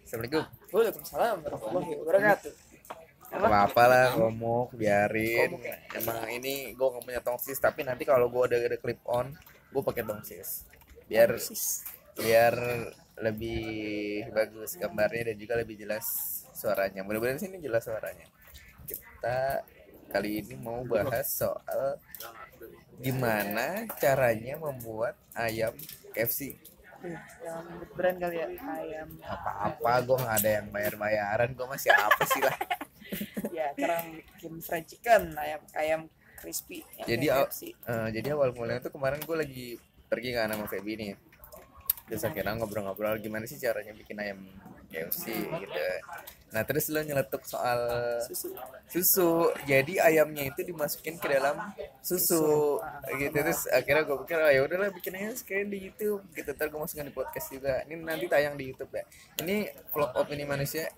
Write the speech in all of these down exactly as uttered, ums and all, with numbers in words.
Assalamualaikum. Waalaikumsalam warahmatullahi wabarakatuh. Apa apa lah ngomong biarin. Emang ini gue nggak punya tongsis, tapi nanti kalau gue udah ada clip on, gue pakai tongsis. Biar biar lebih bagus gambarnya dan juga lebih jelas suaranya. Mudah-mudahan sini jelas suaranya. Kita kali ini mau bahas soal gimana caranya membuat ayam K F C. Yang brand kali ya, ayam Apa-apa, gue nggak ada yang bayar-bayaran, gue masih apa sih lah. ya, cara bikin fried chicken, ayam ayam crispy. Jadi aw, uh, jadi awal mulanya tuh kemarin gue lagi pergi kan sama Feby nih. Terus akhirnya ngobrol-ngobrol gimana sih caranya bikin ayam K F C gitu. Nah terus lo nyeletuk soal susu. Susu. Jadi ayamnya itu dimasukin ke dalam susu, susu. gitu. Terus akhirnya gue pikir oh ya udahlah bikin aja sekalian di YouTube. Gitu ntar gue masukin di podcast juga. Ini nanti tayang di YouTube ya. Ini vlog opini manusia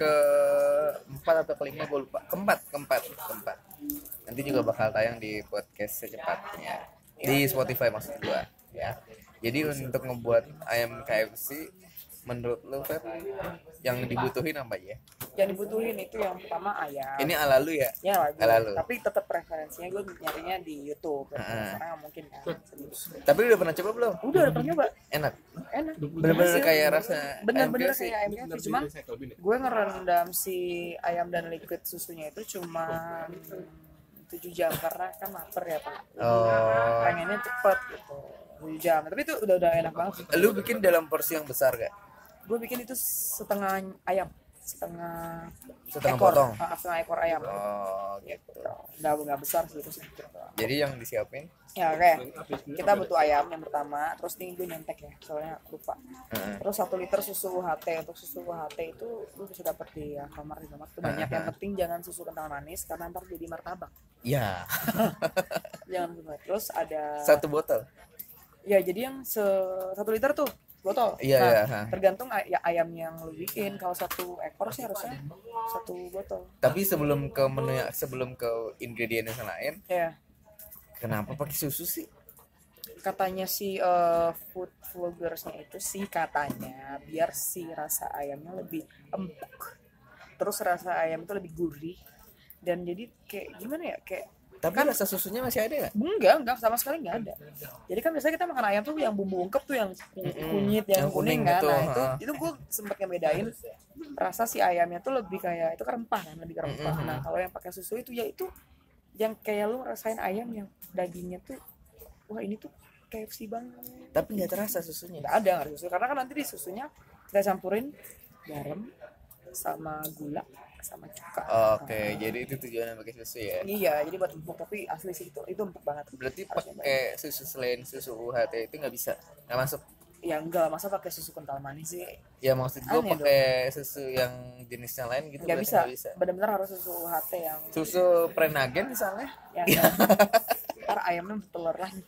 keempat atau kelima gue lupa. Keempat, keempat, keempat. Nanti juga bakal tayang di podcast secepatnya. Di Spotify maksud gue ya. Jadi untuk ngebuat ayam K F C, menurut lo Feb, yang dibutuhin apa ya? Yang dibutuhin itu yang pertama ayam. Ini ala lu ya? Ya lagu. Ala lu. Tapi tetap preferensinya gue nyarinya di YouTube. Uh-huh. Karena nggak mungkin kan. Tapi udah pernah coba belum? Udah, udah pernah nyoba. Enak. Enak. Bener-bener kayak rasa. Bener-bener kayak ayam K F C. Cuman gue ngerendam si ayam dan liquid susunya itu cuma tujuh jam karena kan lapar ya Pak. Oh. Pengennya cepet gitu. tujuh jam. Tapi itu udah udah enak banget. Lu bikin dalam porsi yang besar gak? Gue bikin itu setengah ayam, setengah setengah ekor, potong. Uh, setengah ekor ayam. Oh, gitu. Nggak nggak besar sih itu sih. Jadi yang disiapin? Ya oke. Okay. Kita butuh ayam yang pertama, terus nih gue nyentek ya, soalnya lupa. Uh-huh. Terus satu liter susu U H T. Untuk susu U H T itu lu bisa dapet di Alfamart, di Alfamart itu banyak. Uh-huh. Yang penting jangan susu kental manis karena ntar jadi martabak. Iya. Jangan lupa. Terus ada satu botol. Ya jadi yang se satu liter tuh botol. Iya, nah, iya. Tergantung ay- ya ayam yang lu bikin. Kalau satu ekor sih harusnya satu botol. Tapi sebelum ke menu yang sebelum ke ingredient yang lain, ya. Kenapa pakai susu sih? Katanya si uh, food vlogersnya itu sih katanya biar si rasa ayamnya lebih empuk. Terus rasa ayam itu lebih gurih dan jadi kayak gimana ya kayak. Tapi kan rasa susunya masih ada nggak? Enggak, enggak sama sekali enggak ada. Jadi kan biasanya kita makan ayam tuh yang bumbu ungkep tuh yang kunyit, yang, yang kuning, kuning kan. Gitu. Nah itu itu gue sempet ngebedain rasa si ayamnya tuh lebih kayak itu rempah kan, lebih rempah. Mm-hmm. Nah kalau yang pakai susu itu ya itu yang kayak lu rasain ayam yang dagingnya tuh, wah ini tuh K F C banget. Tapi nggak terasa susunya? Nggak ada, nggak ada susu. Karena kan nanti di susunya kita campurin garam sama gula sama cuka. Oke, okay, nah, jadi itu tujuannya pakai susu ya? Iya, jadi buat empuk, tapi asli sih itu itu empuk banget. Berarti pakai susu selain susu U H T itu nggak bisa, nggak masuk? Ya enggak, masa pakai susu kental manis sih? Ya maksud gue pakai susu yang jenisnya lain gitu. Nggak bisa. bisa. Benar-benar harus susu U H T yang. Susu Prenagen misalnya? Ya. Ntar ayamnya telur lagi.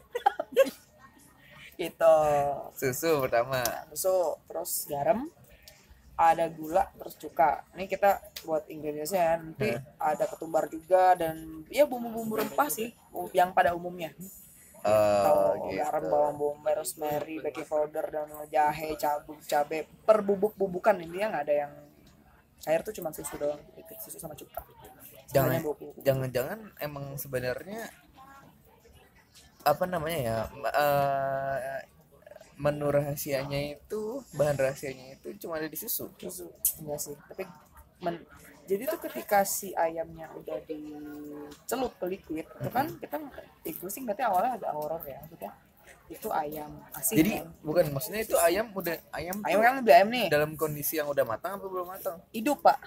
Gitu. Susu pertama. Nah, susu, terus garam. Ada gula terus cuka. Ini kita buat ingredientsnya nanti hmm. ada ketumbar juga dan ya bumbu-bumbu rempah sih yang pada umumnya. Oh, gitu. Garam, bawang bombay, rosemary, baking powder dan jahe, cabai, cabai per bubuk-bubukan intinya nggak ada yang cair tuh cuma susu doang, susu sama cuka. Jangan, jangan-jangan emang sebenarnya apa namanya ya? Uh, menu rahasianya itu bahan rahasianya itu cuma ada di susu. Susu, enggak sih. Tapi men, jadi tuh ketika si ayamnya udah dicelup ke liquid, mm-hmm. itu kan kita itu sih berarti awalnya ada horor ya, maksudnya itu ayam asin. Jadi kan? Bukan maksudnya itu ayam udah ayam. Ayam yang udah ayam nih. Dalam kondisi yang udah matang apa belum matang? Hidup pak.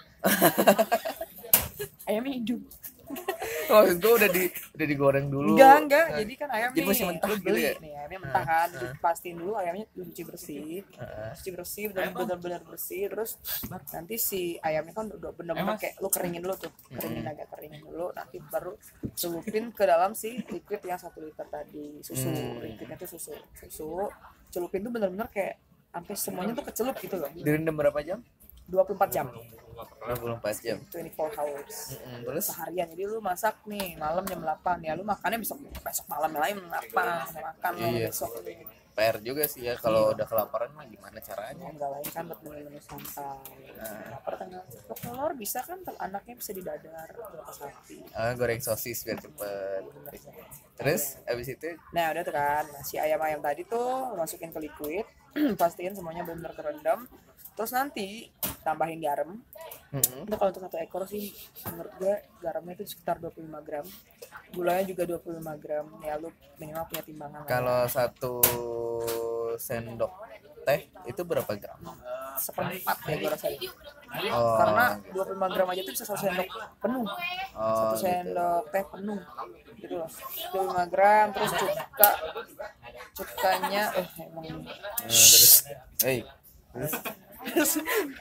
Ayamnya hidup. Maksud gue udah di udah digoreng dulu. Enggak, enggak. Nah, jadi kan ayam jadi nih, masih mentah lu beli gitu ya? Nih, ayamnya mentah kan. Uh, uh. Pastiin dulu ayamnya dicuci bersih. Uh. Cuci bersih, benar-benar bersih. Terus nanti si ayamnya kan udah benar-benar kayak lu keringin dulu tuh. Keringin hmm. agak keringin dulu. Nanti baru celupin ke dalam si liquid yang satu liter tadi. Susu, hmm. liquidnya tuh susu. Susu, celupin tuh benar-benar kayak sampai semuanya tuh kecelup gitu loh. Direndam berapa jam? dua puluh empat jam. dua puluh empat jam. dua puluh empat hours. Mm-hmm. Terus seharian. Jadi lu masak nih malam jam delapan ya, lu makannya besok besok malam lain apa? Makan iya. besok. R juga sih ya kalau udah kelaparan mah gimana caranya. Enggak lain kan buat menu-menu santai. Nah, pertengah telur bisa kan anaknya bisa didadar berapa sapi. Ah, goreng sosis biar cepet. Terus abis itu nah udah tuh kan, nah, si ayam-ayam tadi tuh masukin ke liquid. Pastiin semuanya benar kerendam. Terus nanti tambahin garam. mm-hmm. Itu kalau untuk satu ekor sih menurut gue garamnya itu sekitar dua puluh lima gram. Gulanya juga dua puluh lima gram. Ya lu minimal punya timbangan. Kalau satu sendok teh itu berapa gram? Seperempat ya gue rasa. Oh, Karena dua puluh lima gram aja tuh bisa satu sendok penuh. oh, Satu sendok gitu. Teh penuh. Gitu loh. dua puluh lima gram terus cuka. Cukanya eh emang hmm, terus hey terus terus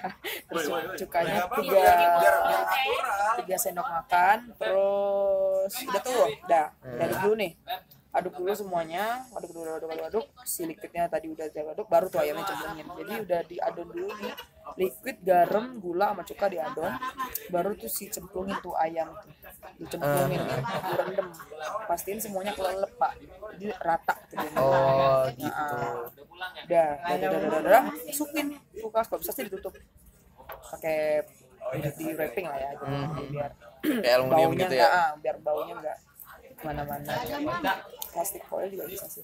cukanya tiga tiga sendok makan terus udah tuh udah dari dulu nih aduk dulu semuanya aduk dulu aduk aduk aduk si liquidnya tadi udah diaduk baru tuh ayamnya cemplungin jadi udah diadon dulu nih liquid garam gula sama cuka diadon baru tuh si cemplungin tuh ayam tuh dicemplungin uh, rendem pastiin semuanya kelelep pak jadi rata tuh oh gitu nah, udah udah udah udah udah masukin kulkas kalau bisa sih ditutup pakai di wrapping lah ya gitu. hmm. Biar kayak aluminium gitu ya enggak, biar baunya enggak kemana-mana plastik foil juga bisa sih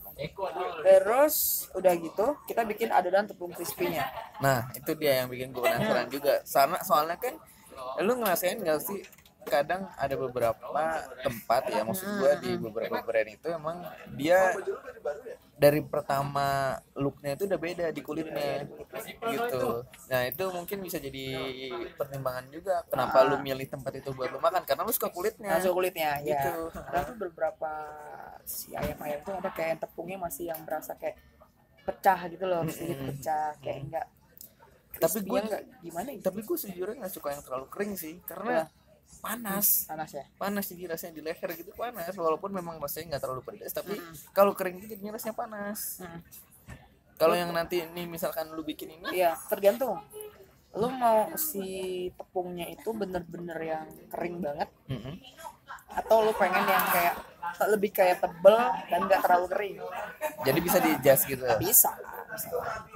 terus udah gitu kita bikin adonan tepung crispy-nya nah itu dia yang bikin gue penasaran juga karena soalnya kan lu ngerasain nggak sih kadang ada beberapa tempat ya maksud gue di beberapa brand itu emang dia dari pertama looknya itu udah beda di kulitnya gitu. Nah itu mungkin bisa jadi pertimbangan juga kenapa lu milih tempat itu buat lu makan karena lu suka kulitnya. Nah, suka kulitnya gitu. Ya. Karena tuh beberapa si ayam-ayam tuh ada kayak tepungnya masih yang berasa kayak pecah gitu loh, sedikit hmm. pecah kayak enggak. Tapi gue enggak gimana gitu. Tapi gue sejujurnya nggak suka yang terlalu kering sih karena ya. panas panas ya panas jadi rasanya di leher gitu panas walaupun memang rasanya nggak terlalu pedas tapi mm. kalau kering itu jadinya rasanya panas mm. kalau yang nanti ini misalkan lu bikin ini ya tergantung lu mau si tepungnya itu bener-bener yang kering banget mm-hmm. atau lu pengen yang kayak lebih kayak tebel dan nggak terlalu kering jadi bisa di adjust gitu bisa, bisa.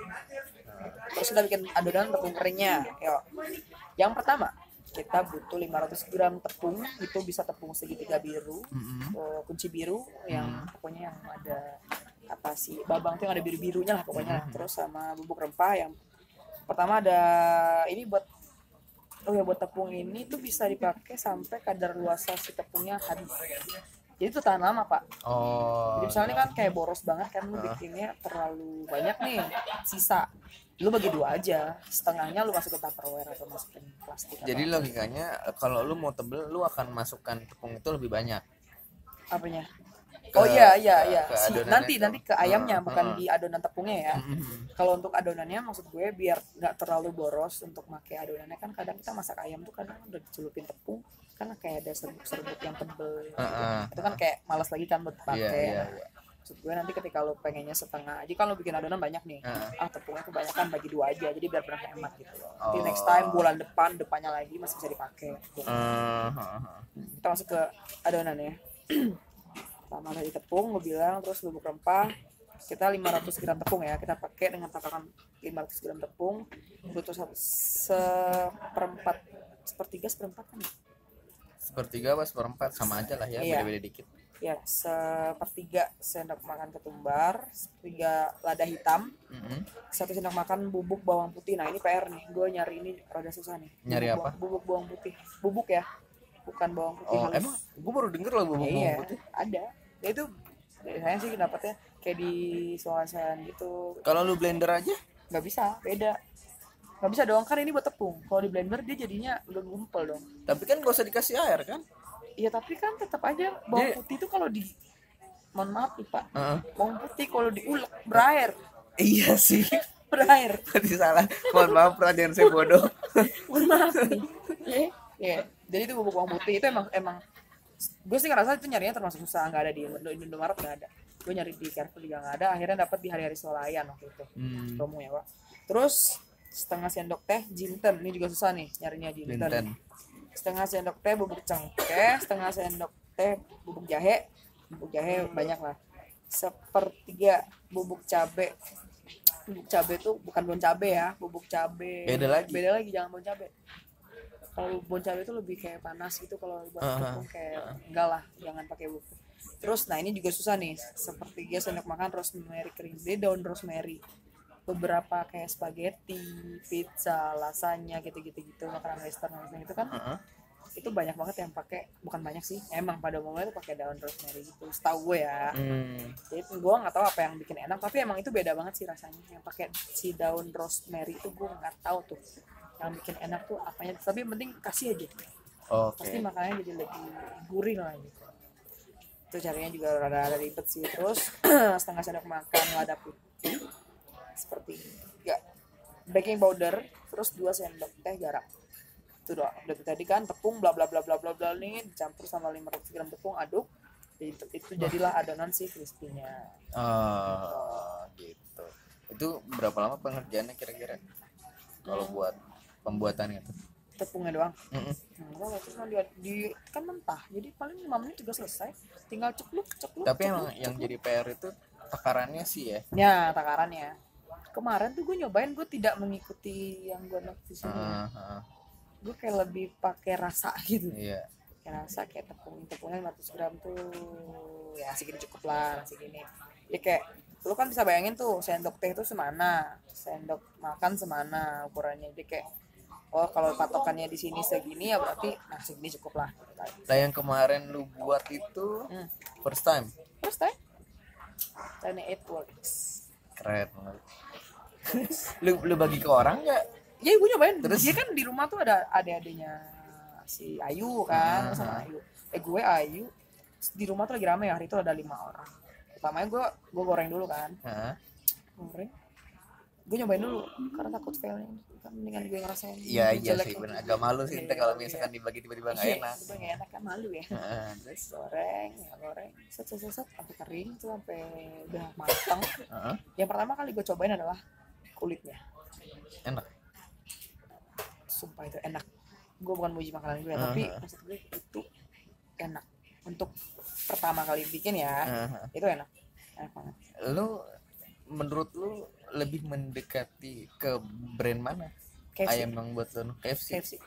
Terus kita bikin adonan tepung keringnya yuk yang pertama kita butuh lima ratus gram tepung itu bisa tepung segitiga biru mm-hmm. uh, kunci biru yang mm-hmm. pokoknya yang ada apa sih babang tuh yang ada biru-birunya lah pokoknya mm-hmm. terus sama bubuk rempah yang pertama ada ini buat oh ya buat tepung ini tuh bisa dipakai sampai kadar luasa si tepungnya habis jadi itu tahan lama pak oh, jadi misalnya kan kayak boros banget kan lu bikinnya terlalu banyak nih sisa lu bagi dua aja setengahnya lu masukin tupperware atau masukin plastik jadi apa. Logikanya kalau lu mau tebel lu akan masukkan tepung itu lebih banyak apanya ke, oh iya iya iya si, nanti itu. nanti ke ayamnya uh, bukan uh. di adonan tepungnya ya uh-huh. Kalau untuk adonannya maksud gue biar nggak terlalu boros untuk pakai adonannya kan kadang kita masak ayam tuh kadang udah dicelupin tepung karena kayak ada serbuk-serbuk yang tebel gitu. uh-uh. Itu kan kayak malas lagi kan buat pakai yeah, yeah, yeah. Maksud gue nanti ketika lo pengennya setengah aja kan lo bikin adonan banyak nih uh. ah tepungnya kebanyakan bagi dua aja jadi biar pernah hemat gitu loh nanti oh. next time bulan depan depannya lagi masih bisa dipakai gitu. uh-huh. Kita masuk ke adonannya pertama tadi tepung gue bilang terus bubuk rempah kita lima ratus gram tepung ya kita pakai dengan takaran lima ratus gram tepung butuh seperempat sepertiga seperempat kan ya? Sepertiga apa seperempat sama aja lah ya iya. Beda-beda dikit ya sepertiga sendok makan ketumbar sepertiga lada hitam mm-hmm. satu sendok makan bubuk bawang putih nah ini P R nih gue nyari ini rada susah nih nyari bubuk apa bawang, bubuk bawang putih bubuk ya bukan bawang putih oh, halus emang gue baru denger loh bubuk ya, bawang iya, putih ada ya itu biasanya sih dapatnya kayak di soal-soalan gitu kalau lu blender aja nggak bisa beda nggak bisa dong kan ini buat tepung kalau di blender dia jadinya udah ngumpul dong tapi kan gak usah dikasih air kan iya tapi kan tetap aja bawang dia... putih itu kalau di mohon maaf nih pak uh-huh. bawang putih kalau diulek berair iya sih berair berarti salah mohon maaf perhatian saya bodoh mohon maaf nih ya yeah. Jadi itu bubuk bawang putih itu emang emang gue sih ngerasa itu nyarinya termasuk susah nggak ada di Indomaret nggak ada gue nyari di Carrefour juga nggak ada akhirnya dapat di hari-hari swalayan waktu itu hmm. promo ya pak terus setengah sendok teh jinten ini juga susah nih nyarinya jinten, jinten. Setengah sendok teh bubuk cengkeh setengah sendok teh bubuk jahe bubuk jahe hmm. banyak lah sepertiga bubuk cabe. Bubuk cabe tuh bukan bon cabe ya, bubuk cabe Beda lagi. beda lagi jangan bon cabe. Kalau bon cabe itu lebih kayak panas gitu, kalau buat Uh-huh. tepung kayak enggak lah, jangan pakai bubuk. Terus nah ini juga susah nih, sepertiga sendok makan rosemary cream. Dia daun rosemary. Beberapa kayak spaghetti, pizza, lasagna gitu-gitu gitu, makanan western itu kan Uh-huh. itu banyak banget yang pakai, bukan banyak sih, emang pada umumnya itu pakai daun rosemary gitu, setahu gue ya. Hmm. Jadi gue nggak tahu apa yang bikin enak, tapi emang itu beda banget sih rasanya. Yang pakai si daun rosemary itu gue nggak tahu tuh yang bikin enak tuh apanya, tapi yang penting kasih aja, Oke. pasti makanannya jadi lebih gurih lah gitu. Itu caranya juga rada-rada ribet sih. Terus setengah sendok makan lada putih seperti ini ya, baking powder, terus dua sendok teh garam. Itu doang. Udah tadi kan tepung bla bla bla bla bla bla nih dicampur sama lima ratus gram tepung, aduk. Itu, itu jadilah adonan si crispy-nya. Oh, gitu. Itu berapa lama pengerjaannya kira-kira? Kalau buat pembuatannya tuh? Tepungnya doang. Mm-mm. Nah, terus di, di kan mentah. Jadi paling lima menit juga selesai. Tinggal cepluk, cepluk. Tapi cepluk, emang yang cepluk. jadi P R itu takarannya sih ya. Ya, takarannya. Kemarin tuh gue nyobain, gue tidak mengikuti yang gue lihat di sini. Uh, uh, Gue kayak lebih pakai rasa gitu. iya. Kayak rasa kayak tepung tepungnya lima ratus gram tuh ya segini cukup lah, segini. Ya kayak lu kan bisa bayangin tuh sendok teh itu semana, sendok makan semana ukurannya. Jadi kayak oh kalau patokannya di sini segini ya berarti nah segini cukup lah. Nah yang kemarin lu buat itu Hmm. first time. Terus teh, dan it works. Keren banget. lu lu bagi ke orang nggak? Ya gue nyobain. Terus? Dia kan di rumah tuh ada adik-adiknya si Ayu kan, Ah. sama Ayu. Eh gue Ayu di rumah tuh lagi rame ya, hari itu ada lima orang. Pertamanya gue gue goreng dulu kan, Hah? goreng. Gue nyobain dulu karena takut failnya. Kan mendingan gue ngerasain. Iya iya jelek sih gitu. benar, agak malu sih Iya, kalau iya. misalkan dibagi tiba-tiba nggak Iya, enak. itu nggak enak kan, malu ya. Heeh. Terus goreng, ya goreng, set set set, set sampai kering tuh, sampai udah matang. Heeh. Yang pertama kali gue cobain adalah kulitnya. Enak. Sumpah itu enak. Gue bukan muji makanan gue, Uh-huh. tapi maksud gue itu enak. Untuk pertama kali bikin ya, Uh-huh. itu enak. Enak banget. Lu menurut lu lebih mendekati ke brand mana? K F C. Ayam yang buat lu K F C. K F C.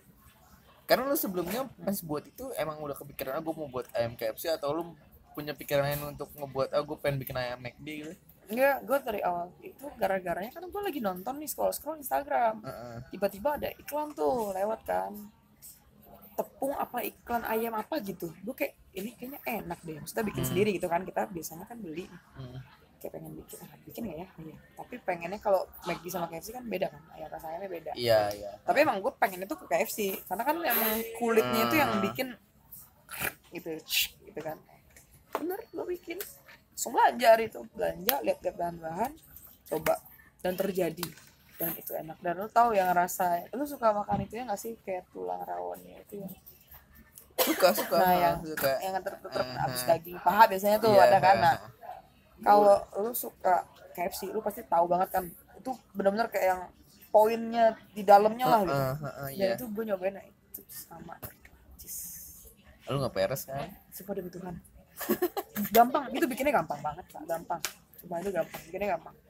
Karena lu sebelumnya pas buat itu emang udah kepikiran aku mau buat ayam K F C atau lu punya pikiran lain untuk ngebuat aku pengen bikin ayam McD gitu? Enggak, gue dari awal itu gara-garanya kan gue lagi nonton nih, scroll-scroll Instagram. Heeh. Tiba-tiba ada iklan tuh lewat kan. Tepung apa iklan ayam apa gitu. Gue kayak ini kayaknya enak deh. Maksudnya bikin Hmm. sendiri gitu kan. Kita biasanya kan beli. Hmm. Kayak pengen bikin, ah, bikin nggak ya? Iya. Tapi pengennya kalau McD sama K F C kan beda kan. Ayam rasa ayamnya beda. Iya iya. Tapi emang gue pengen itu ke K F C. Karena kan emang kulitnya itu yang Hmm. bikin gitu. Gitu kan. Bener, gue bikin. Langsung belanja hari itu, belanja, lihat-lihat bahan-bahan, coba, dan terjadi, dan itu enak. Dan lu tahu yang rasa, lu suka makan itu ya nggak sih, kayak tulang rawonnya itu yang, Suka suka. nah Heeh, yang suka. yang tertutup Uh-huh. abis daging paha biasanya tuh Iya, ada kan. Nah, heeh. kalau lu suka K F C, lu pasti tahu banget kan, itu benar-benar kayak yang poinnya di dalamnya lah gitu. Heeh, heeh, Dan iya. itu gue nyobain, nah, itu sama. Cis. Lu nggak peres kan? Sumpah demi Tuhan. Gampang, itu bikinnya gampang banget, Kak. Gampang. Cuma itu gampang, bikinnya gampang.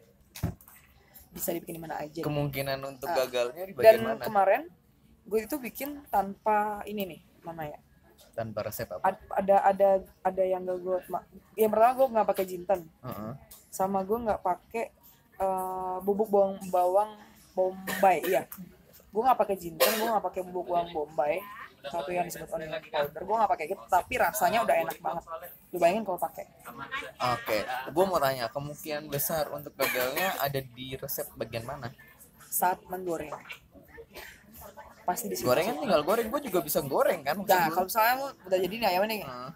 Bisa dibikin di mana aja. Kemungkinan untuk Ah. gagalnya di Dan bagian mana? kemarin gue itu bikin tanpa ini nih, mana ya? Tanpa resep apa? Ad- Ada ada ada yang gak gue, yang pertama gue nggak pakai jinten, Heeh. sama gue nggak pakai eh, bubuk bawang bawang bombay, iya. Gue nggak pakai jinten, gue nggak pakai bubuk bawang bombay. Satu yang disebut onion powder, gue nggak pakai gitu, tapi rasanya udah enak banget. Lu bayangin kalau pakai. Oke, gue mau tanya, kemungkinan besar untuk gagalnya ada di resep bagian mana? Saat menggoreng, pasti di situ. Gorengan tinggal goreng, gue juga bisa goreng kan? Nah, kalau misalnya lu udah jadi nih ayamnya nih, Heeh.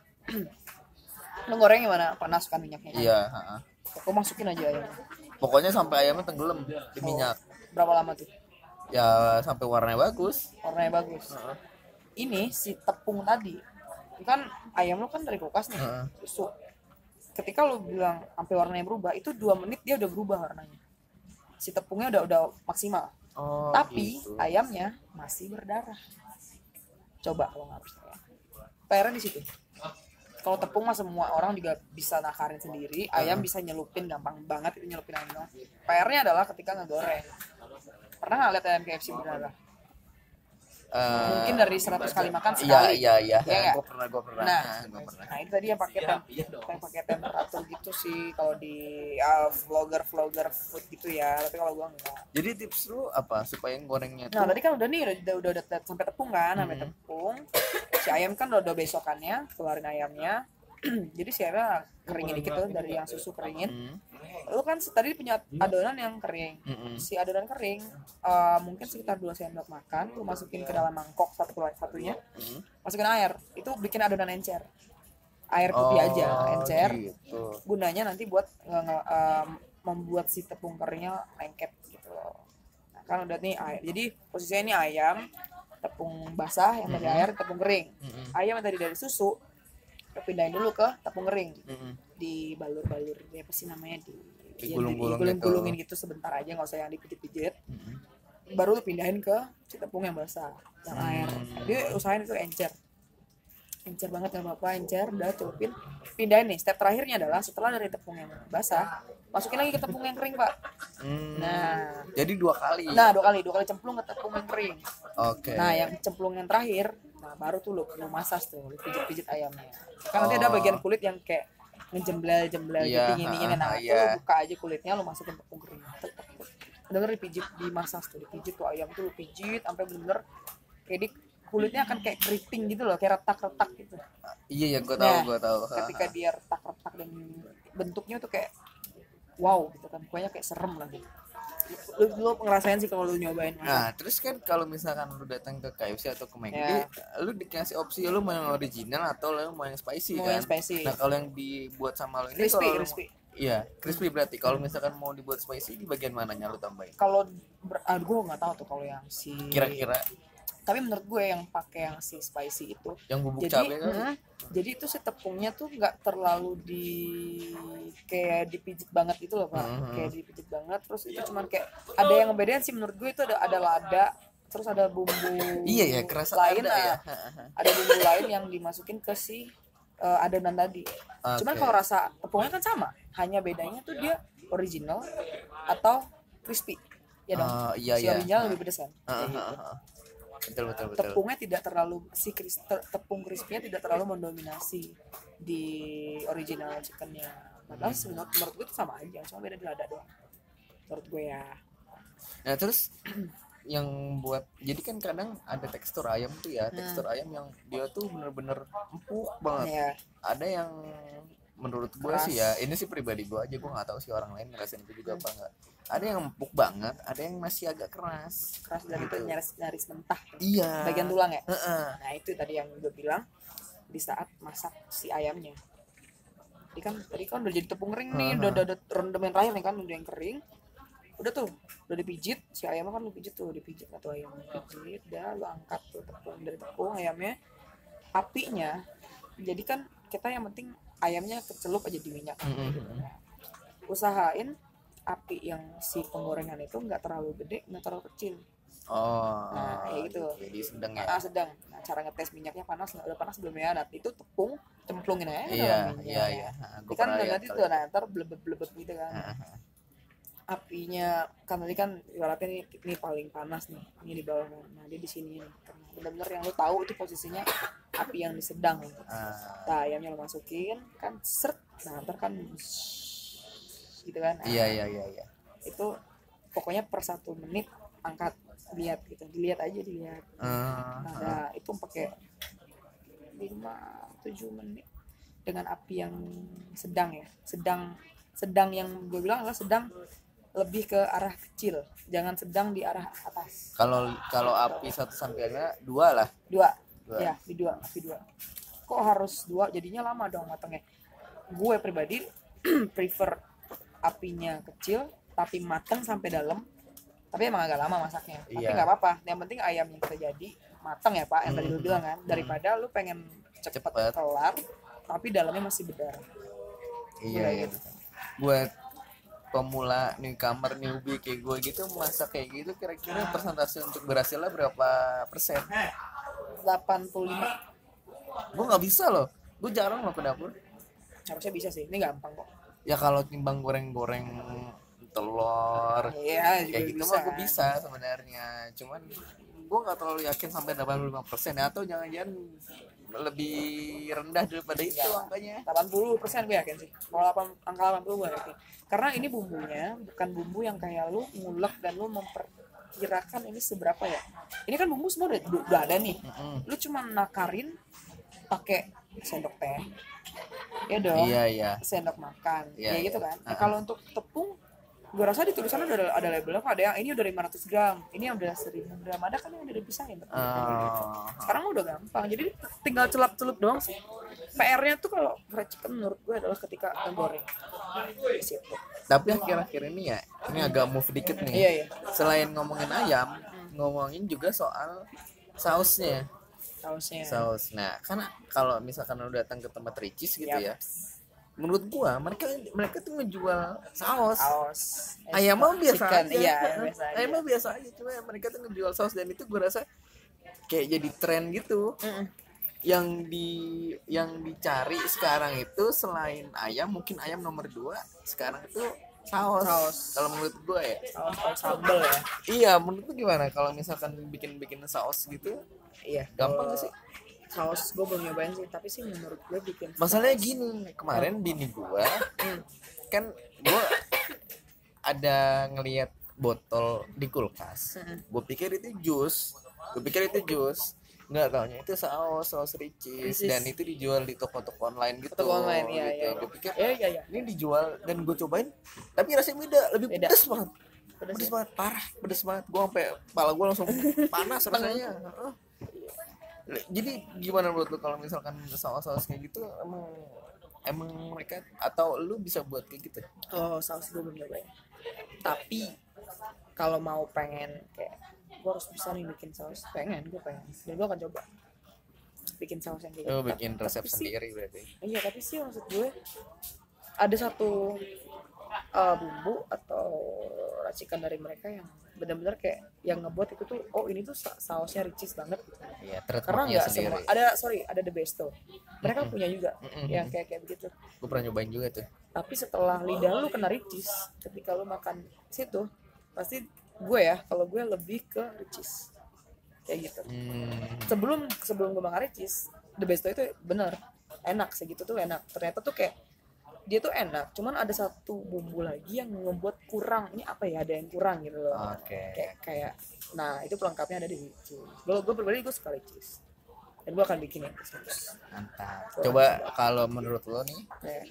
lu goreng gimana? Panaskan minyaknya. Kan? Iya, heeh. Lu masukin aja ayamnya. Pokoknya sampai ayamnya tenggelam di minyak. Berapa lama tuh? Ya sampai warnanya bagus. Warnanya bagus. Heeh. Ini si tepung tadi, itu kan ayam lu kan dari kulkas nih, Heeh. susu. Ketika lu bilang sampai warnanya berubah, itu dua menit dia udah berubah warnanya. Si tepungnya udah udah maksimal. Oh, Tapi gitu. ayamnya masih berdarah. Coba kalau nggak percaya. P R-nya di situ. Kalau tepung mah semua orang juga bisa nakarin sendiri, ayam bisa nyelupin gampang banget itu nyelupin ayam. P R-nya adalah ketika ngegoreng. Pernah nggak lihat ayam K F C berdarah? Uh, mungkin dari seratus kali makan sekali. Iya iya iya. Ya, gue pernah gue pernah. Nah, gua pernah. Nah itu tadi yang pakai tem yang pakai temperatur gitu sih kalau di uh, vlogger vlogger food gitu ya. Tapi kalau gua enggak. Jadi tips lu apa supaya gorengnya tuh? Nah tadi kan udah nih udah udah, udah, udah sampai tepung kan, sampai hmm. tepung. Si ayam kan udah, udah besokannya keluarin ayamnya. Jadi si ayamnya keringin dikit tuh dari yang susu keringin. Hmm. Lu kan tadi punya adonan yang kering. Mm-hmm. Si adonan kering uh, mungkin sekitar dua sendok makan, lu masukin ke dalam mangkok satu satunya. Mm-hmm. Masukin air. Itu bikin adonan encer. Air putih oh, aja, encer. Gitu. Gunanya nanti buat uh, uh, membuat si tepung keringnya lengket gitu loh. Nah, kan udah nih air. Jadi posisinya ini ayam, tepung basah yang dari mm-hmm. air, tepung kering. Mm-hmm. Ayam yang tadi dari susu pindahin dulu ke tepung kering. Mm-hmm. Dibalur-balur ya apa sih namanya di digulung-gulungin gitu. gitu sebentar aja, nggak usah yang dipijit-pijit. Mm-hmm. Baru lu pindahin ke si tepung yang basah yang mm-hmm. air. Dia usahain itu encer encer banget, nggak apa-apa encer, udah celupin, pindahin nih. Step terakhirnya adalah setelah dari tepung yang basah masukin lagi ke tepung yang kering, Pak. Mm. Nah jadi dua kali nah dua kali dua kali cemplung ke tepung yang kering. Oke. Okay. Nah yang cemplung yang terakhir, nah baru tuh lu, lu masas tuh, lu pijit-pijit ayamnya. Kan oh. nanti ada bagian kulit yang kayak ngejemblel-jemblel yeah, gitu gini-gini. Nah, itu yeah. lu buka aja kulitnya, lu masukin tepung kering. Bener-bener dipijit, dimasas tuh, dipijit tuh ayam tuh lu pijit sampai bener-bener kayak di kulitnya akan kayak keriting gitu loh, kayak retak-retak gitu. Iya ya, gua tahu, nah, gua tahu. Ketika dia retak-retak dan bentuknya tuh kayak wow gitu kan, pokoknya kayak serem lah gitu. Lu, lu ngerasain sih kalau lu nyobain. Nah, terus kan kalau misalkan lu datang ke K F C atau ke McD, yeah. lu dikasih opsi lu mau yang original atau lu mau yang spicy mau kan. Yang spicy. Nah, kalau yang dibuat sama lu ini crispy, kalau crispy. Iya, crispy berarti. Kalau misalkan mau dibuat spicy di bagian mananya lu tambahin? Kalau ah, gue nggak tahu tuh kalau yang si kira-kira. Tapi menurut gue yang pakai yang si spicy itu, yang bubuk jadi, cabai kan? Hmm, jadi itu si tepungnya tuh nggak terlalu di kayak dipijit banget gitu loh, Pak. Uh-huh. Kayak dipijit banget, terus itu cuman kayak ada yang ngebedain sih menurut gue, itu ada ada lada, terus ada bumbu iya ya, kerasa lain, ada, ya. Ada bumbu lain yang dimasukin ke si uh, adonan tadi. Okay. Cuman kalau rasa tepungnya kan sama, hanya bedanya tuh dia original atau crispy. Ya dong. Uh, iya, si original iya. lebih pedes kan. Uh, uh, uh, uh. Betul, betul, betul. Tepungnya tidak terlalu si kris, te, tepung crispy-nya tidak terlalu mendominasi di original chickennya. Padahal sebenarnya menurut gue itu sama aja, cuma beda di lada doang. Menurut gue ya. Nah terus yang buat, jadi kan kadang ada tekstur ayam tuh ya, tekstur hmm. ayam yang dia tuh bener-bener empuk banget. Ya. Ada yang menurut gue keras. Sih ya, ini sih pribadi gue aja, gue nggak tahu sih orang lain ngerasain itu juga hmm. apa enggak. Ada yang empuk banget, ada yang masih agak keras. Keras dan itu nyaris-nyaris mentah. Iya. Bagian tulang ya. Uh-uh. Nah itu tadi yang gue bilang di saat masak si ayamnya. Jadi kan tadi kan udah jadi tepung kering nih, uh-huh. udah udah, udah rendam yang terakhir nih kan, udah yang kering. Udah tuh, udah dipijit, si ayamnya kan lu pijit tuh, dipijit atau ayamnya pijit, udah lu angkat tuh tepung dari tepung ayamnya. Apinya, jadi kan kita yang penting ayamnya kecelup aja di minyak. Mm-hmm. Usahain api yang si penggorengan itu nggak terlalu gede, nggak terlalu kecil. Oh. Nah, kayak gitu. Jadi sedang ya. Ah, sedang. Nah, cara ngetes minyaknya panas nggak? Udah panas belum ya? Nah, itu tepung cemplungin aja. Iya, iya, iya. Itu kan nanti tuh, nah, ntar blebet-blebet gitu kan. Uh-huh. Apinya kan tadi kan ibaratnya ini, ini paling panas nih, ini di bawah. Nah, dia di sini nih. Benar-benar yang lu tahu itu posisinya api yang di sedang. Uh. Nah, ayamnya lu masukin kan seret. Nah, ntar kan gitu kan. Nah, iya iya iya iya. Itu pokoknya per satu menit angkat, lihat gitu. Dilihat aja dilihat. Uh, nah, uh. itu pakai lima tujuh menit dengan api yang sedang ya. Sedang sedang yang gue bilang adalah sedang lebih ke arah kecil. Jangan sedang di arah atas. Kalau kalau api satu sampingnya dua lah. Dua. dua. Ya, di dua, api dua. Kok harus dua? Jadinya lama dong matangnya. Gue pribadi prefer apinya kecil tapi matang sampai dalam, tapi emang agak lama masaknya. Tapi nggak iya. apa-apa, yang penting ayamnya kita jadi matang ya Pak, yang tadi lu bilang kan, daripada lu pengen cepet, cepet. kelar tapi dalamnya masih berdarah. Iya, iya. Gitu. Buat pemula, newcomer, newbie kayak gue gitu masak kayak gitu, kira-kira persentase untuk berhasilnya berapa persen? delapan puluh lima. Gue nggak bisa loh. gue jarang loh ke dapur. Harusnya bisa sih, ini gampang kok. Ya kalau timbang goreng-goreng telur Iya, kayak gitu bisa. mah gue bisa sebenarnya, cuman gue nggak terlalu yakin sampai delapan puluh lima persen ya, atau jangan-jangan lebih rendah daripada itu Ya, angkanya. delapan puluh persen gue yakin sih. Kalau delapan, angka delapan puluh gue yakin. Karena ini bumbunya bukan bumbu yang kayak lu ngulek dan lu memperkirakan ini seberapa ya. Ini kan bumbu semua udah, udah ada nih. Mm-mm. Lu cuma nakarin pakai sendok teh. Ya dong. Iya iya. Sendok makan. Iya, Ya gitu iya. kan. Nah, Uh-uh. kalau untuk tepung gue rasa di tulisannya udah ada, ada labelnya kok, ada yang ini udah lima ratus gram, ini yang udah seribu gram, ada kan yang udah dipisahin. Uh, Sekarang udah gampang, jadi tinggal celup-celup doang sih. P R-nya tuh kalau fried chicken menurut gue adalah ketika menggoreng di situ. tapi akhir-akhir ini ya, ini agak move dikit nih. Iya iya. Selain ngomongin ayam, ngomongin juga soal sausnya. Sausnya. Saus. Nah, karena kalau misalkan lu datang ke tempat Ricis gitu Yap. ya, menurut gua mereka mereka tuh ngejual saus. Saus. Ayam mah biasa Chicken, aja. iya, biasa aja. Ayam mah biasa aja, cuma mereka tuh ngejual saus, dan itu gua rasa kayak jadi tren gitu. Mm-mm. Yang di yang dicari sekarang itu selain ayam, mungkin ayam nomor dua sekarang itu saus. Saus. Kalau menurut gua ya. Saus saus sambal ya. Iya, menurut lu gimana kalau misalkan bikin-bikin saus gitu? Iya. Gampang Kalau gak sih? saus gue belum nyobain sih, tapi sih menurut gue bikin Masalahnya saus. gini, kemarin bini gua Hmm. kan gua ada ngelihat botol di kulkas. Mm-mm. Gue pikir itu jus. Gue pikir itu jus. Nggak taunya itu saus, saus Ricis, Ricis. dan itu dijual di toko-toko online gitu. Toko online, iya, gitu. iya. Gue pikir Iya iya iya. ini dijual, dan gue cobain tapi rasanya beda, lebih Beda. pedes banget. Pedes Pedes ya? banget, parah, pedes banget. Gue sampai kepala gue langsung panas rasanya. Heeh. Jadi gimana menurut lu kalau misalkan saus-saus kayak gitu, emang emang mereka atau lu bisa buat kayak gitu? Oh, saus gue belum nyobain. Tapi kalau mau pengen kayak gue harus bisa nih bikin saus, pengen gue pengen. Dan gue akan coba bikin saus yang kayak Lu gitu. bikin Tapi resep sih- sendiri berarti. Iya, tapi sih maksud gue ada satu uh, bumbu atau racikan dari mereka yang benar-benar kayak yang ngebuat itu tuh, oh ini tuh sa- sausnya Ricis banget gitu. Iya, Karena trademarknya nggak sendiri. semua ada, sorry ada The Besto, mereka Mm-mm. punya juga Mm-mm. yang kayak kayak begitu. Gue pernah nyobain juga tuh. Tapi setelah lidah lu kena Ricis, ketika lu makan situ, pasti gue ya, kalau gue lebih ke Ricis kayak gitu. Hmm. Sebelum sebelum gue makan Ricis, The Besto itu bener enak, segitu tuh enak. Ternyata tuh kayak dia tuh enak, cuman ada satu bumbu lagi yang membuat kurang. Ini apa ya, ada yang kurang gitu loh. Oke. Kayak kayak nah itu pelengkapnya ada di Ricis. Gue gue pribadi gue suka Ricis, dan gue akan bikin yang Ricis. Mantap. Coba kalau menurut lo nih, Ya.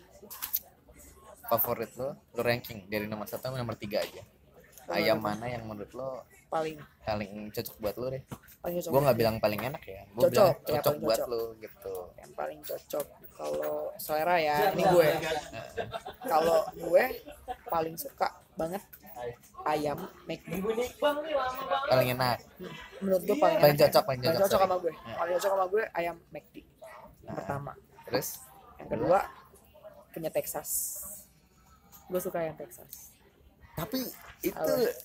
favorit lo, lo ranking dari nomor satu sampai nomor tiga aja. Nomor Ayam satu. mana yang menurut lo paling paling cocok buat lo deh? paling cocok Gue nggak bilang paling enak ya, gue Cocok, bilang ya, cocok paling buat cocok. lo gitu. yang paling cocok kalau selera ya, ini gue kalau gue paling suka banget ayam McD. Paling enak, Menurut gue paling paling enak cocok, ya. paling paling cocok, cocok sorry. sama gue Ya. paling cocok sama gue ayam McD yang Nah. pertama. Terus Yang kedua punya Texas, gue suka yang Texas. tapi itu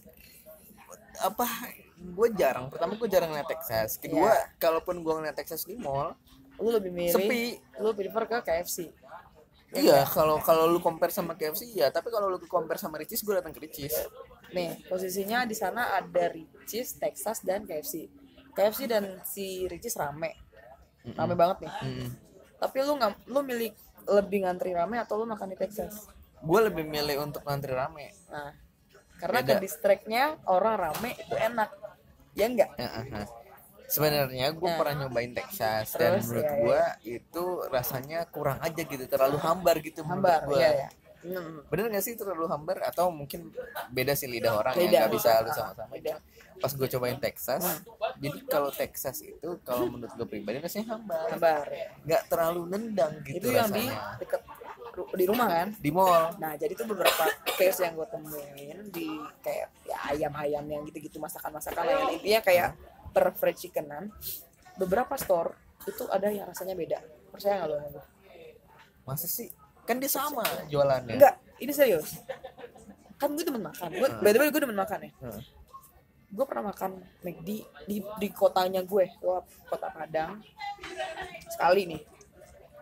Apa? apa, gue jarang, pertama gue jarang ngeliat Texas, kedua Iya. kalaupun gue ngeliat Texas di mall Lu lebih milih sepi. lu prefer ke K F C. Ya Iya, enggak? kalau kalau lu compare sama K F C ya, tapi kalau lu compare sama Ricis, gue datang ke Ricis. Nih posisinya di sana ada Ricis, Texas, dan K F C. K F C dan si Ricis rame rame banget nih. Mm. Tapi lu nggak, lu milih lebih ngantri rame atau lu makan di Texas? Gue lebih milih untuk ngantri rame. Nah, karena Beda. ke distriknya orang rame itu enak, ya enggak? Ya, aha. Sebenarnya gue Nah. pernah nyobain Texas, dan Terus, menurut iya, gue itu rasanya kurang aja gitu, terlalu hambar gitu Hambar, menurut gue. iya ya. Hmm. Bener gak sih terlalu hambar, atau mungkin beda sih lidah orang Beda, ya, nggak bisa beda. lu sama-sama. Beda. Pas gue cobain Texas, jadi kalau Texas itu kalau menurut gue pribadi rasanya hambar, Hambar ya. nggak terlalu nendang gitu Itu yang di rasanya. deket ru- di rumah kan? Di mall. Nah, jadi tuh beberapa case yang gue temuin di kayak ya ayam-ayam yang gitu-gitu, masakan-masakan lah yang intinya kayak per fried chickenan, beberapa store itu ada yang rasanya beda. Percaya nggak lo sama gue? Masa sih? Kan dia sama jualannya. Enggak, ini serius. Kan gue demen makan. Gue, by the way, gue demen makan ya. Hmm. Gue pernah makan McD di di kotanya gue, gue kota Padang sekali nih.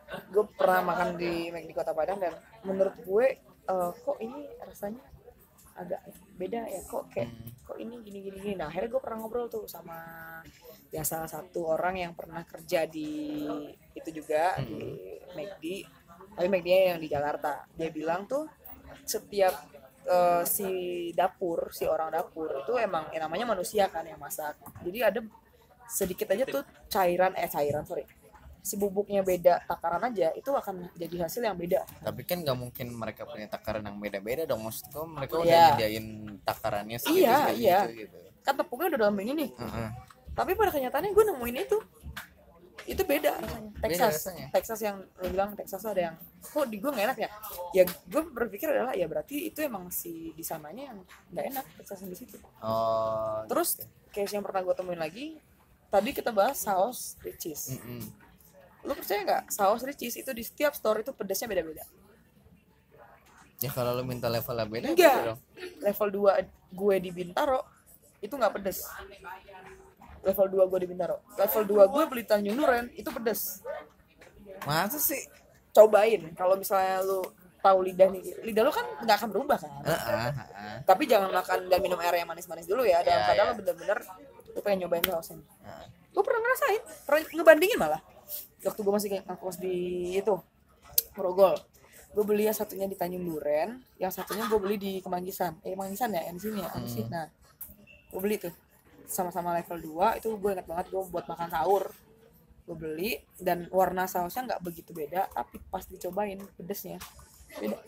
gue pernah makan di McD Kota Padang dan menurut gue uh, kok ini rasanya agak beda ya, kok kayak hmm. kok ini gini gini gini. Nah akhirnya gue pernah ngobrol tuh sama ya salah satu orang yang pernah kerja di itu juga hmm. di McD, tapi McD yang di Jakarta. Dia bilang tuh setiap uh, si dapur si orang dapur itu emang yang namanya manusia kan yang masak, jadi ada sedikit aja tuh cairan eh cairan sorry si bubuknya beda takaran aja itu akan jadi hasil yang beda. Tapi kan nggak mungkin mereka punya takaran yang beda-beda dong, maksudku mereka udah yeah. nyediain takarannya segitu, iya segitu, iya gitu. Kan tepungnya udah dalam ini nih uh-huh. Tapi pada kenyataannya gue nemuin itu itu beda rasanya. Texas beda Texas yang lo bilang Texas ada yang kok di gue nggak enak ya ya gue berpikir adalah ya berarti itu emang si di sananya yang nggak enak Texas yang di situ. Oh, terus gitu. Case yang pernah gue temuin lagi tadi kita bahas saus Richeese. Mm-hmm. Lu percaya nggak saus Richeese itu di setiap store itu pedasnya beda-beda? Ya kalau lu minta levelnya beda enggak gitu dong. Level dua gue di Bintaro itu nggak pedes. Level dua gue di Bintaro. Level dua gue beli Tanjung Duren itu pedes. Masa sih? Cobain kalau misalnya lu tahu lidah nih, lidah lu kan nggak akan berubah kan? Uh, uh, uh. Tapi jangan makan dan minum air yang manis-manis dulu ya. Dalam yeah, keadaan yeah. Lu bener-bener lu pengen nyobain sausnya. Uh. Gue pernah ngerasain, pernah ngebandingin malah. Waktu gue masih ngekos di itu Grogol, gue beli yang satunya di Tanjung Duren, yang satunya gue beli di Kemanggisan eh Kemanggisan ya, yang sini ya, hmm. sih. Nah gue beli tuh sama-sama level dua, itu gue ingat banget gue buat makan sahur gue beli, dan warna sausnya nggak begitu beda, tapi pas dicobain pedesnya beda.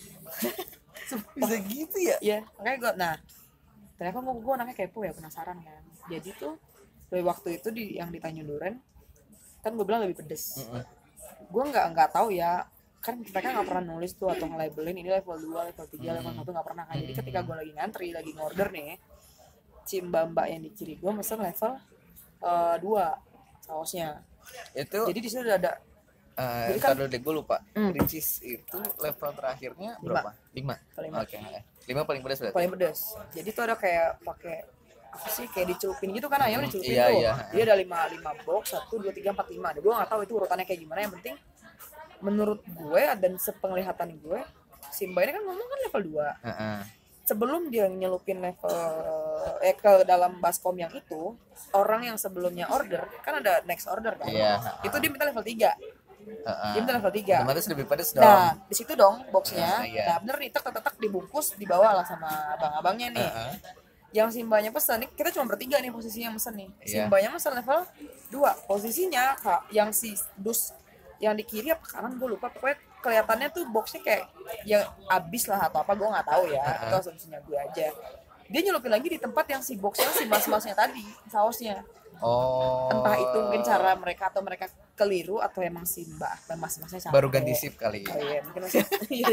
Bisa gitu ya? Iya, makanya gue, nah ternyata gue gue anaknya kepo ya, penasaran kan, jadi tuh dari waktu itu di yang di Tanjung Duren kan gue bilang lebih pedes. Mm-hmm. Gue nggak nggak tahu ya, kan mereka nggak pernah nulis tuh atau nge-labelin ini level dua, level tiga, mm-hmm. level satu nggak pernah kan. Jadi ketika gue lagi ngantri, lagi ngorder nih, si mbak-mbak yang di kiri gue mesen level uh, dua sausnya. Itu. Jadi di situ udah ada. Uh, jadi kan, kalau deh gue lupa. Mm. Richeese itu level terakhirnya berapa? lima. Oke. Okay. lima paling pedas berarti. Paling pedas. Jadi tuh ada kayak pakai apa sih kayak dicelupin gitu kan, ayam dicelupin iya, tuh. Iya. Dia ada lima lima box, satu dua tiga empat lima. Gue nggak tahu itu urutannya kayak gimana, yang penting menurut gue dan sepenglihatan gue si mbak ini kan ngomong kan level dua. Uh-uh. Sebelum dia nyelupin level eh ke dalam baskom yang itu, orang yang sebelumnya order kan ada next order kan. Iya, uh-uh. Itu dia minta level tiga. Uh-uh. Dia minta level tiga. Otomatis lebih pedas dong. Nah, di situ dong boxnya. Uh, iya. Nah, bener nih tek-tek dibungkus dibawa lah sama abang-abangnya nih. Uh-uh. Yang si mbaknya pesan nih, kita cuma bertiga nih posisinya yang pesen nih. Si yeah. mbaknya pesan level dua. Posisinya Kak, yang si dus yang di kiri apa kanan gue lupa, pokoknya kelihatannya tuh boxnya kayak yang abis lah atau apa, gue nggak tahu ya. Uh-huh. Itu asumsinya gue aja. Dia nyelupin lagi di tempat yang si boxnya si mas-masnya tadi, sausnya. Oh. Entah itu mungkin cara mereka atau mereka keliru atau emang si mbak dan mas-masnya sama. Baru ganti sip kali. Oh iya, mungkin masih.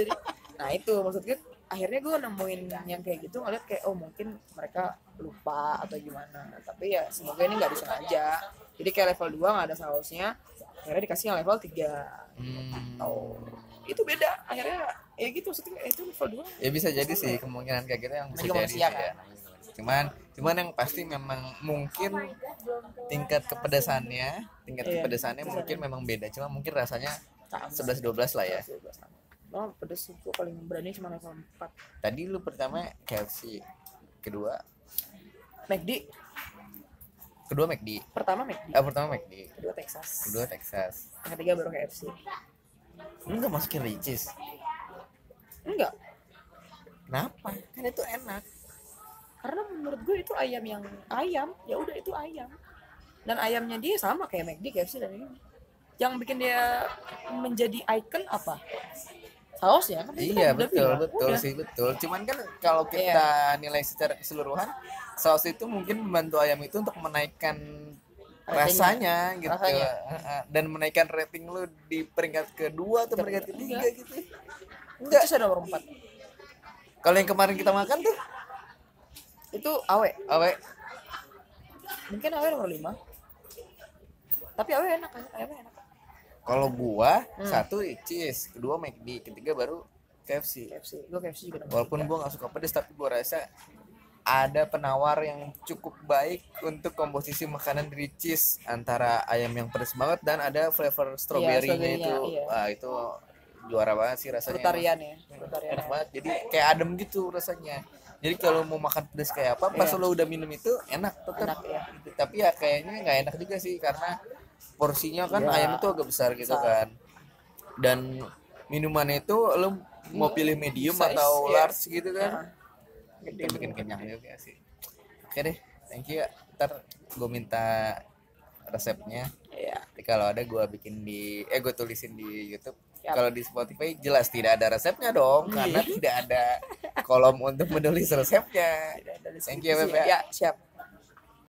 Nah itu maksudnya akhirnya gue nemuin yang kayak gitu, ngeliat kayak oh mungkin mereka lupa atau gimana, tapi ya semoga ini nggak disengaja. Jadi kayak level dua nggak ada sausnya, akhirnya dikasih yang level tiga. Hmm. Oh itu beda akhirnya ya gitu, maksudnya itu level dua ya bisa jadi sih, kemungkinan kayak gitu yang bisa jadi sih, kan? Ya. Cuman cuman yang pasti memang mungkin tingkat kepedasannya tingkat iya, kepedasannya mungkin memang beda, cuma mungkin rasanya sebelas dua belas lah ya. Oh, pedes gue paling berani cuma level empat. Tadi lu pertama K F C, kedua McD. Kedua McD. Pertama McD. Ah, pertama McD. Kedua Texas. Kedua Texas. Yang ketiga baru K F C. Lu enggak masukin Richeese? Enggak. Kenapa? Kan itu enak. Karena menurut gue itu ayam yang ayam, ya udah itu ayam. Dan ayamnya dia sama kayak McD, K F C dan ini. Yang bikin dia menjadi icon apa? Saus ya kan? Iya betul betul udah. Sih betul. Cuman kan kalau kita yeah. nilai secara keseluruhan, saus itu mungkin membantu ayam itu untuk menaikkan rasanya, rasanya gitu, rasanya. Dan menaikkan rating lu di peringkat kedua atau peringkat ketiga enggak. Gitu. Enggak. Itu sudah nomor empat. Kalau yang kemarin kita makan tuh itu awe. Awe. Mungkin awe nomor lima. Tapi awe enak, ayamnya enak. Kalau gua hmm. satu Richeese, kedua McD, ketiga baru K F C. K F C, gua K F C juga. Walaupun gua nggak suka pedas, tapi gua rasa ada penawar yang cukup baik untuk komposisi makanan ricis antara ayam yang pedas banget dan ada flavor stroberinya stroberinya, itu. iya. Wah, itu juara banget sih rasanya. Frutarian ya, frutarian. Enak banget. Jadi kayak adem gitu rasanya. Jadi kalau mau makan pedas kayak apa, pas Iya. lo udah minum itu enak tetap. Enak, ya. Tapi ya kayaknya nggak enak juga sih karena porsinya kan Iya. ayam itu agak besar gitu Besar. kan. Dan minumannya itu lo mau pilih medium Size, atau iya. large gitu kan. Gede Itu bikin banget. kenyang juga sih. Oke deh, thank you ya. Ntar gue minta resepnya. Iya. Nanti kalau ada gue bikin di, eh gue tulisin di YouTube. Yap. Kalau di Spotify jelas tidak ada resepnya dong, karena Iya. tidak ada kolom untuk menulis resepnya. Tidak ada Thank you, deskripsi. Beb, ya. Ya, siap.